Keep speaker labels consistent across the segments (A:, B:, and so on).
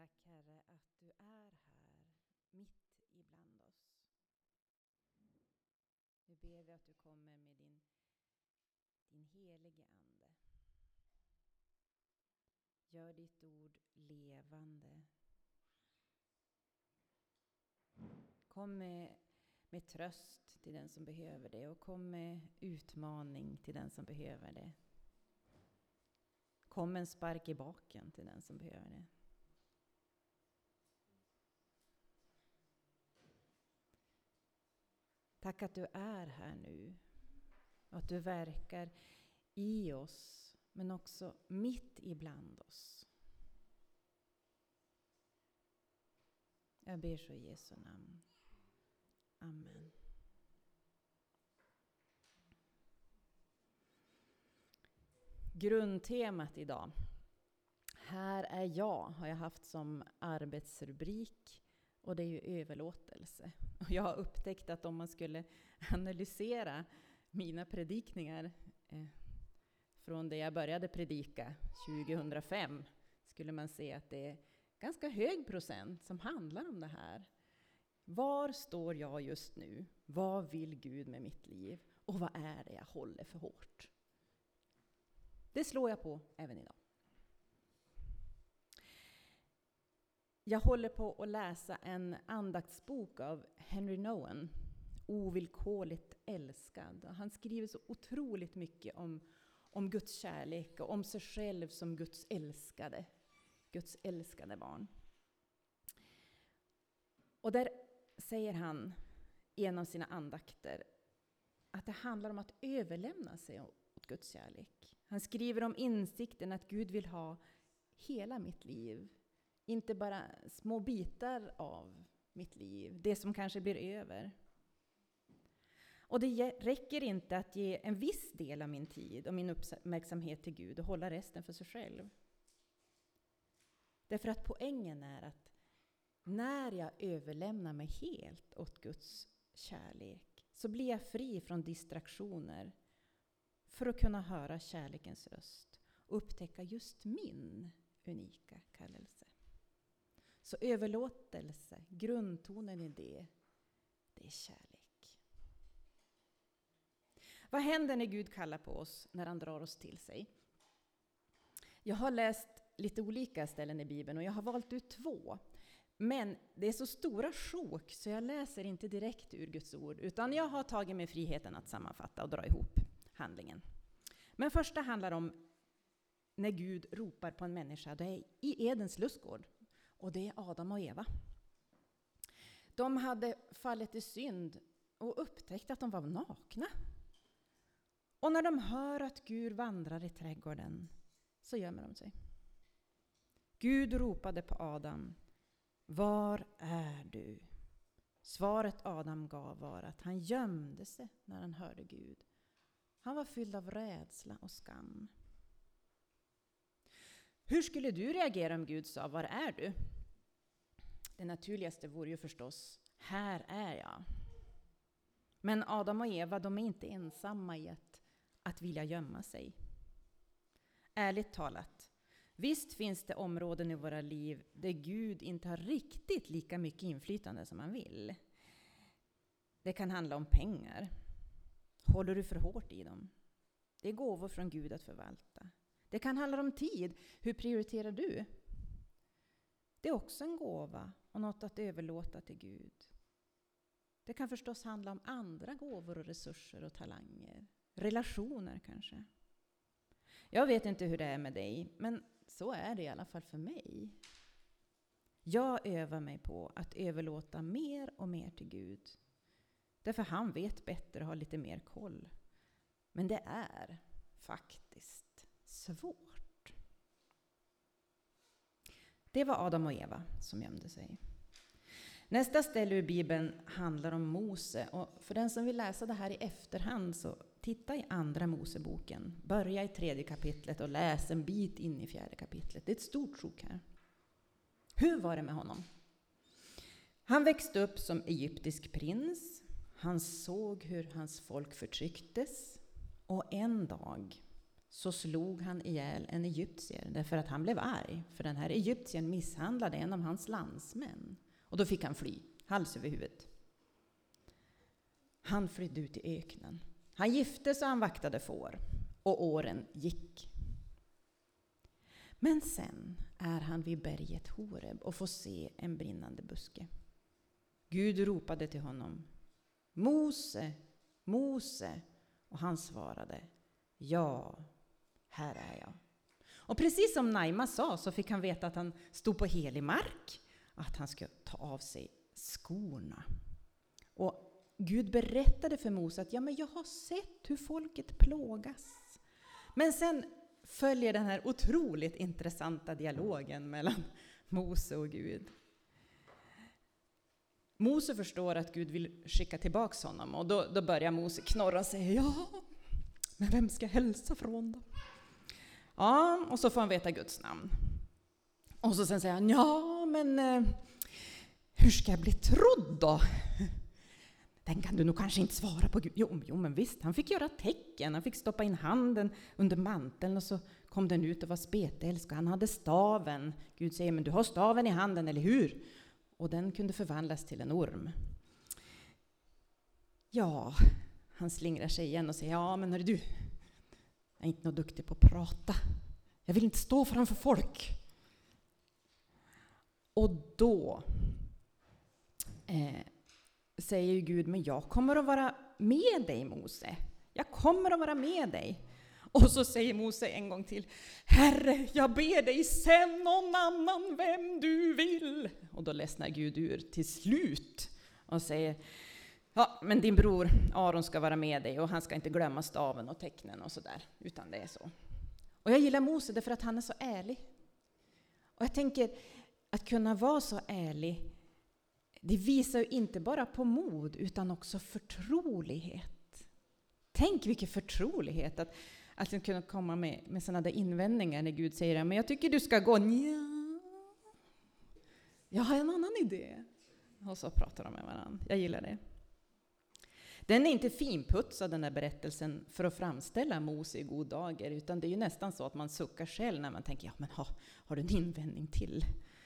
A: Tack Herre att du är här mitt ibland oss. Nu ber vi att du kommer med din helige ande. Gör ditt ord levande. Kom med tröst till den som behöver det och kom med utmaning till den som behöver det. Kom en spark i baken till den som behöver det. Tack att du är här nu och att du verkar i oss men också mitt ibland oss. Jag ber så i Jesu namn. Amen. Grundtemat idag. Här är jag har jag haft som arbetsrubrik och det är ju överlåtelse. Och jag har upptäckt att om man skulle analysera mina predikningar från det jag började predika 2005 skulle man se att det är ganska hög procent som handlar om det här. Var står jag just nu? Vad vill Gud med mitt liv? Och vad är det jag håller för hårt? Det slår jag på även idag. Jag håller på att läsa en andaktsbok av Henry Nouwen, Ovillkorligt älskad. Han skriver så otroligt mycket om Guds kärlek och om sig själv som Guds älskade barn. Och där säger han i en av sina andakter att det handlar om att överlämna sig åt Guds kärlek. Han skriver om insikten att Gud vill ha hela mitt liv. Inte bara små bitar av mitt liv, det som kanske blir över. Och det räcker inte att ge en viss del av min tid och min uppmärksamhet till Gud och hålla resten för sig själv. Därför att poängen är att när jag överlämnar mig helt åt Guds kärlek så blir jag fri från distraktioner för att kunna höra kärlekens röst och upptäcka just min unika kallelse. Så överlåtelse, grundtonen i det är kärlek. Vad händer när Gud kallar på oss, när han drar oss till sig? Jag har läst lite olika ställen i Bibeln och jag har valt ut 2. Men det är så stora sjok så jag läser inte direkt ur Guds ord utan jag har tagit mig friheten att sammanfatta och dra ihop handlingen. Men första handlar om när Gud ropar på en människa. Det är i Edens lustgård och det är Adam och Eva. De hade fallit i synd och upptäckt att de var nakna. Och när de hör att Gud vandrar i trädgården så gömmer de sig. Gud ropade på Adam. Var är du? Svaret Adam gav var att han gömde sig när han hörde Gud. Han var fylld av rädsla och skam. Hur skulle du reagera om Gud sa, var är du? Det naturligaste vore ju förstås, här är jag. Men Adam och Eva, de är inte ensamma i att vilja gömma sig. Ärligt talat, visst finns det områden i våra liv där Gud inte har riktigt lika mycket inflytande som han vill. Det kan handla om pengar. Håller du för hårt i dem? Det är gåvor från Gud att förvalta. Det kan handla om tid. Hur prioriterar du? Det är också en gåva och något att överlåta till Gud. Det kan förstås handla om andra gåvor och resurser och talanger. Relationer kanske. Jag vet inte hur det är med dig, men så är det i alla fall för mig. Jag övar mig på att överlåta mer och mer till Gud. Därför han vet bättre och har lite mer koll. Men det är faktiskt svårt. Det var Adam och Eva som gömde sig. Nästa ställe ur Bibeln handlar om Mose. Och för den som vill läsa det här i efterhand så titta i andra Moseboken. Börja i 3:e kapitlet och läs en bit in i 4:e kapitlet. Det är ett stort sjok här. Hur var det med honom? Han växte upp som egyptisk prins. Han såg hur hans folk förtrycktes. Och en dag så slog han ihjäl en egyptier därför att han blev arg. För den här egyptien misshandlade en av hans landsmän. Och då fick han fly, hals över huvudet. Han flydde ut i öknen. Han gifte sig och han vaktade får. Och åren gick. Men sen är han vid berget Horeb och får se en brinnande buske. Gud ropade till honom: Mose, Mose. Och han svarade: Ja, här är jag. Och precis som Naima sa så fick han veta att han stod på helig mark. Att han skulle ta av sig skorna. Och Gud berättade för Mose att men jag har sett hur folket plågas. Men sen följer den här otroligt intressanta dialogen mellan Mose och Gud. Mose förstår att Gud vill skicka tillbaka honom. Och då börjar Mose knorra och säga: Ja, men vem ska jag hälsa från då? Ja, och så får han veta Guds namn. Och så sen säger han: Ja, men hur ska jag bli trodd då? Den kan du nog kanske inte svara på. Gud. Jo, men visst, han fick göra tecken. Han fick stoppa in handen under manteln och så kom den ut och var spetälsk. Han hade staven. Gud säger: Men du har staven i handen, eller hur? Och den kunde förvandlas till en orm. Ja, han slingrar sig igen och säger: Ja, men hörru du, jag är inte något duktig på att prata. Jag vill inte stå framför folk. Och då säger ju Gud: Men jag kommer att vara med dig, Mose. Jag kommer att vara med dig. Och så säger Mose en gång till: Herre, jag ber dig, sänd någon annan vem du vill. Och då ledsnar Gud ur till slut och säger: Ja, men din bror Aron ska vara med dig och han ska inte glömma staven och tecknen och sådär, utan det är så. Och jag gillar Mose därför att han är så ärlig. Och jag tänker att kunna vara så ärlig, det visar ju inte bara på mod utan också förtrolighet. Tänk vilken förtrolighet att kunna komma med sådana där invändningar när Gud säger: Men jag tycker du ska gå. Nja, jag har en annan idé. Och så pratar de med varandra. Jag gillar det. Den är inte finputsad, den här berättelsen, för att framställa Mose i god dager, utan det är ju nästan så att man suckar själv när man tänker: Ja, men har du en invändning till?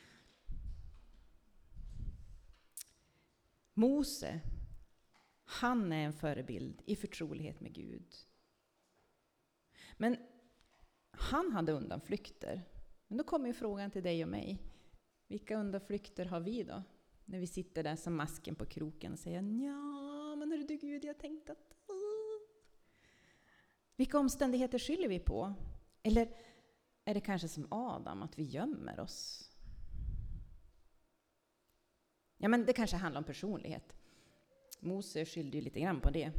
A: Mose, han är en förebild i förtrolighet med Gud. Men han hade undanflykter. Men då kommer ju frågan till dig och mig: vilka undanflykter har vi då? När vi sitter där som masken på kroken och säger: Ja, men hörru du Gud, jag tänkte att... Vilka omständigheter skyller vi på? Eller är det kanske som Adam, att vi gömmer oss? Ja, men det kanske handlar om personlighet. Mose skyllde ju lite grann på det.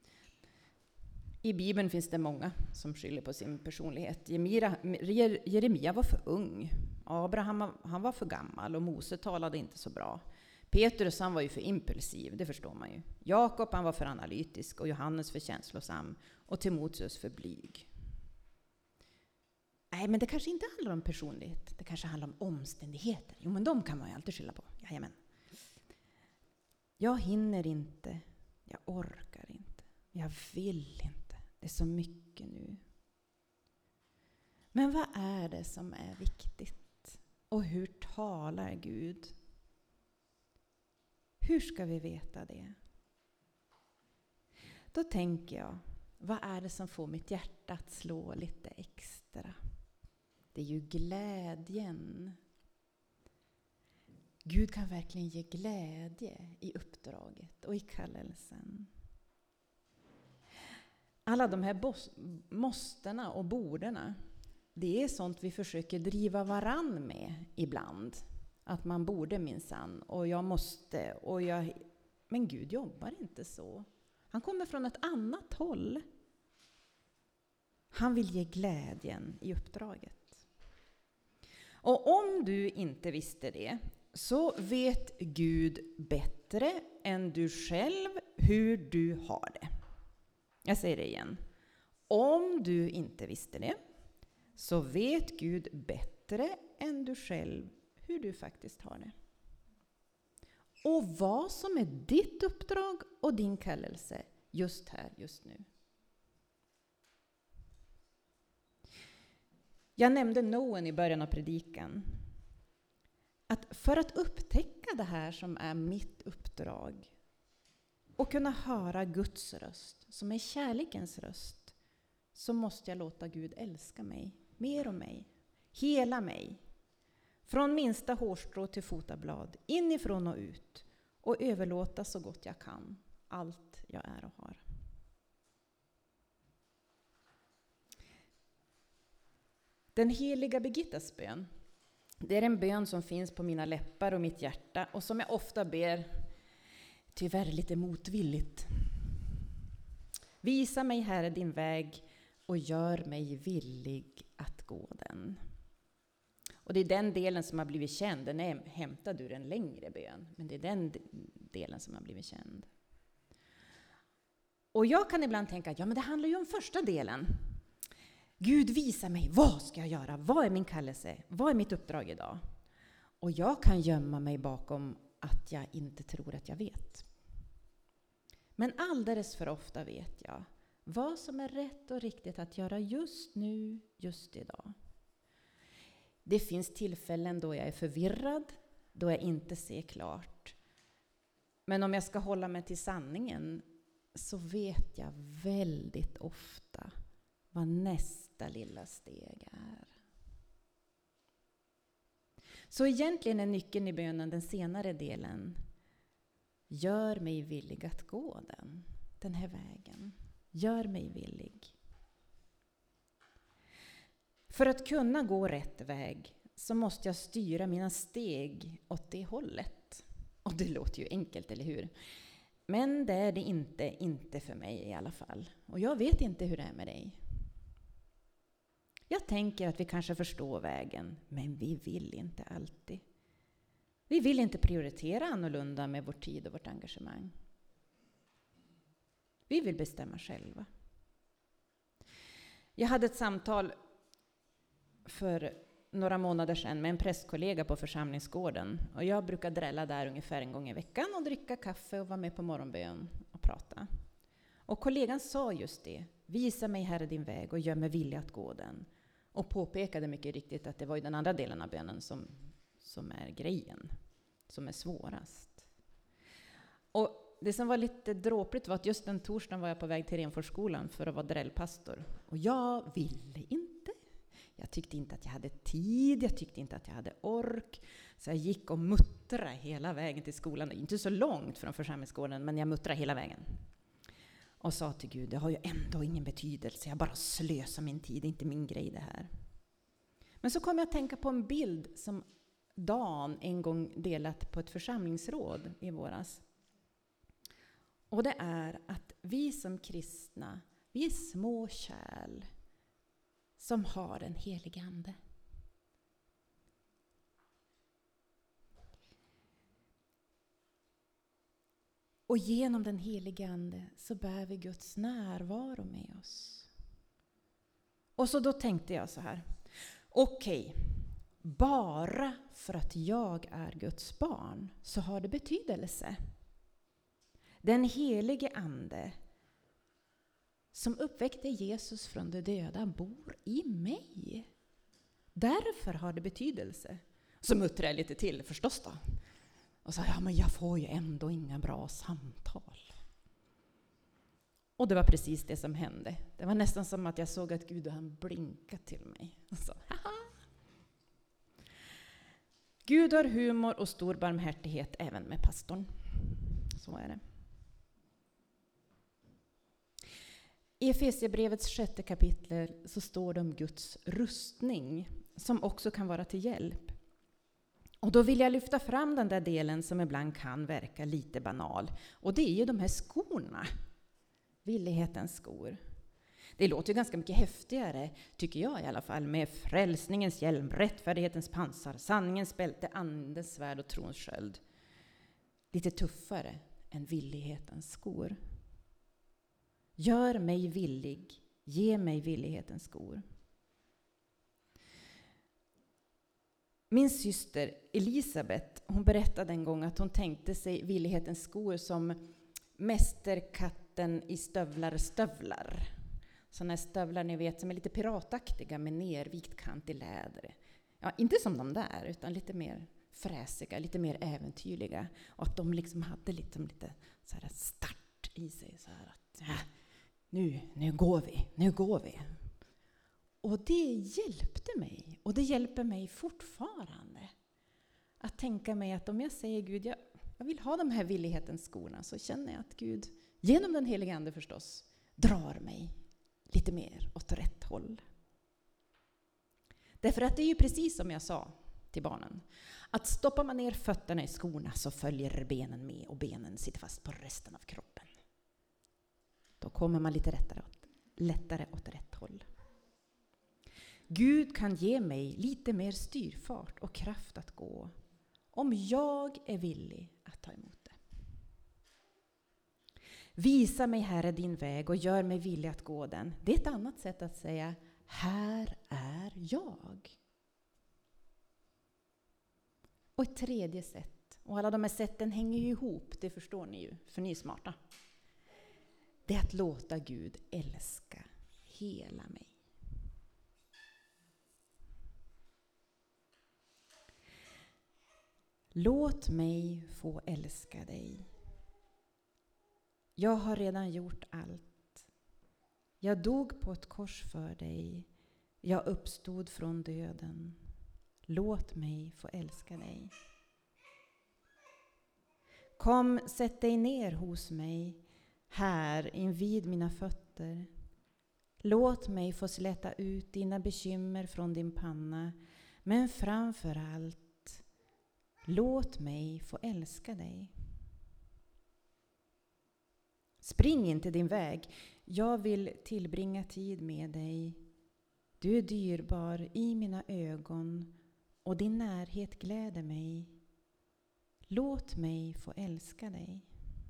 A: I Bibeln finns det många som skyller på sin personlighet. Jeremia var för ung. Abraham, han var för gammal och Mose talade inte så bra. Petrus, han var ju för impulsiv, det förstår man ju. Jakob, han var för analytisk och Johannes för känslosam och Timoteus för blyg. Nej, men det kanske inte handlar om personlighet. Det kanske handlar om omständigheter. Jo, men de kan man ju alltid skylla på. Jajamän. Jag hinner inte. Jag orkar inte. Jag vill inte. Det är så mycket nu. Men vad är det som är viktigt? Och hur talar Gud? Hur ska vi veta det? Då tänker jag, vad är det som får mitt hjärta att slå lite extra? Det är ju glädjen. Gud kan verkligen ge glädje i uppdraget och i kallelsen. Alla de här måstena och borderna, det är sånt vi försöker driva varann med ibland. Att man borde minsann och jag måste och jag... Men Gud jobbar inte så. Han kommer från ett annat håll. Han vill ge glädjen i uppdraget. Och om du inte visste det, så vet Gud bättre än du själv hur du har det. Jag säger det igen. Om du inte visste det, så vet Gud bättre än du själv hur du faktiskt har det. Och vad som är ditt uppdrag och din kallelse just här, just nu. Jag nämnde Noen i början av predikan. Att för att upptäcka det här som är mitt uppdrag och kunna höra Guds röst, som är kärlekens röst, så måste jag låta Gud älska mig, mer och mig, hela mig. Från minsta hårstrå till fotablad, inifrån och ut, och överlåta så gott jag kan allt jag är och har. Den heliga Birgittas bön, det är en bön som finns på mina läppar och mitt hjärta och som jag ofta ber, tyvärr lite motvilligt. Visa mig, Herre, din väg och gör mig villig att gå den. Och det är den delen som har blivit känd. Den är hämtad ur en längre bön, men det är den delen som har blivit känd. Och jag kan ibland tänka att men det handlar ju om första delen. Gud, visa mig, vad ska jag göra? Vad är min kallelse? Vad är mitt uppdrag idag? Och jag kan gömma mig bakom att jag inte tror att jag vet. Men alldeles för ofta vet jag vad som är rätt och riktigt att göra just nu, just idag. Det finns tillfällen då jag är förvirrad, då jag inte ser klart. Men om jag ska hålla mig till sanningen så vet jag väldigt ofta vad nästa lilla steg är. Så egentligen är nyckeln i bönen den senare delen. Gör mig villig att gå den här vägen. Gör mig villig. För att kunna gå rätt väg så måste jag styra mina steg åt det hållet. Och det låter ju enkelt, eller hur? Men det är det inte för mig i alla fall. Och jag vet inte hur det är med dig. Jag tänker att vi kanske förstår vägen, men vi vill inte alltid. Vi vill inte prioritera annorlunda med vår tid och vårt engagemang. Vi vill bestämma själva. Jag hade ett samtal för några månader sedan med en prästkollega på församlingsgården. Och jag brukar drälla där ungefär en gång i veckan och dricka kaffe och vara med på morgonbön och prata. Och kollegan sa just det. Visa mig, Herre, din väg och gör mig villig att gå den. Och påpekade mycket riktigt att det var ju den andra delen av bönen som är grejen. Som är svårast. Och det som var lite dråpligt var att just den torsdagen var jag på väg till Renforsskolan för att vara drällpastor. Och jag ville inte. Jag tyckte inte att jag hade tid, jag tyckte inte att jag hade ork. Så jag gick och muttrade hela vägen till skolan. Inte så långt från församlingsgården, men jag muttrade hela vägen. Och sa till Gud, det har ju ändå ingen betydelse. Jag bara slösar min tid, det är inte min grej det här. Men så kom jag att tänka på en bild som Dan en gång delat på ett församlingsråd i våras. Och det är att vi som kristna, vi är små kärl som har en helig ande. Och genom den heliga ande så bär vi Guds närvaro med oss. Och så då tänkte jag så här. Okej, bara för att jag är Guds barn så har det betydelse. Den helige ande som uppväckte Jesus från de döda bor i mig. Därför har det betydelse. Så muttrade jag lite till förstås då. Och sa, men jag får ju ändå inga bra samtal. Och det var precis det som hände. Det var nästan som att jag såg att Gud och han blinkade till mig. Och sa, haha. Gud har humor och stor barmhärtighet även med pastorn. Så är det. I Efesierbrevets 6:e kapitel så står det om Guds rustning som också kan vara till hjälp. Och då vill jag lyfta fram den där delen som ibland kan verka lite banal. Och det är ju de här skorna. Villighetens skor. Det låter ju ganska mycket häftigare, tycker jag i alla fall, med frälsningens hjälm, rättfärdighetens pansar, sanningens bälte, andens svärd och trons sköld. Lite tuffare än villighetens skor. Gör mig villig, ge mig villighetens skor. Min syster Elisabeth, hon berättade en gång att hon tänkte sig villighetens skor som mästerkatten i stövlar. såna här stövlar ni vet som är lite pirataktiga med nervikt kant i läder. Ja, inte som de där, utan lite mer fräsiga, lite mer äventyrliga. Och att de liksom hade lite så här start i sig. Så här att nu går vi. Och det hjälpte mig. Och det hjälper mig fortfarande. Att tänka mig att om jag säger Gud, jag vill ha de här villighetens skorna, så känner jag att Gud, genom den heliga ande förstås, drar mig lite mer åt rätt håll. Därför att det är ju precis som jag sa till barnen. Att stoppar man ner fötterna i skorna så följer benen med och benen sitter fast på resten av kroppen. Då kommer man lite lättare åt rätt håll. Gud kan ge mig lite mer styrfart och kraft att gå om jag är villig att ta emot det. Visa mig, Herre, din väg och gör mig villig att gå den. Det är ett annat sätt att säga, här är jag. Och ett tredje sätt, och alla de här sätten hänger ju ihop, det förstår ni ju, för ni är smarta. Det är att låta Gud älska hela mig. Låt mig få älska dig. Jag har redan gjort allt. Jag dog på ett kors för dig. Jag uppstod från döden. Låt mig få älska dig. Kom, sätt dig ner hos mig, här invid mina fötter. Låt mig få släta ut dina bekymmer från din panna, men framför allt, låt mig få älska dig. Spring inte din väg, jag vill tillbringa tid med dig. Du är dyrbar i mina ögon och din närhet gläder mig. Låt mig få älska dig.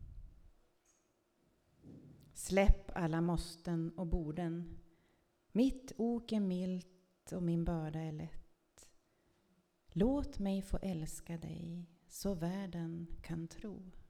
A: Släpp alla måsten och borden. Mitt ok är milt och min börda är lätt. Låt mig få älska dig så världen kan tro.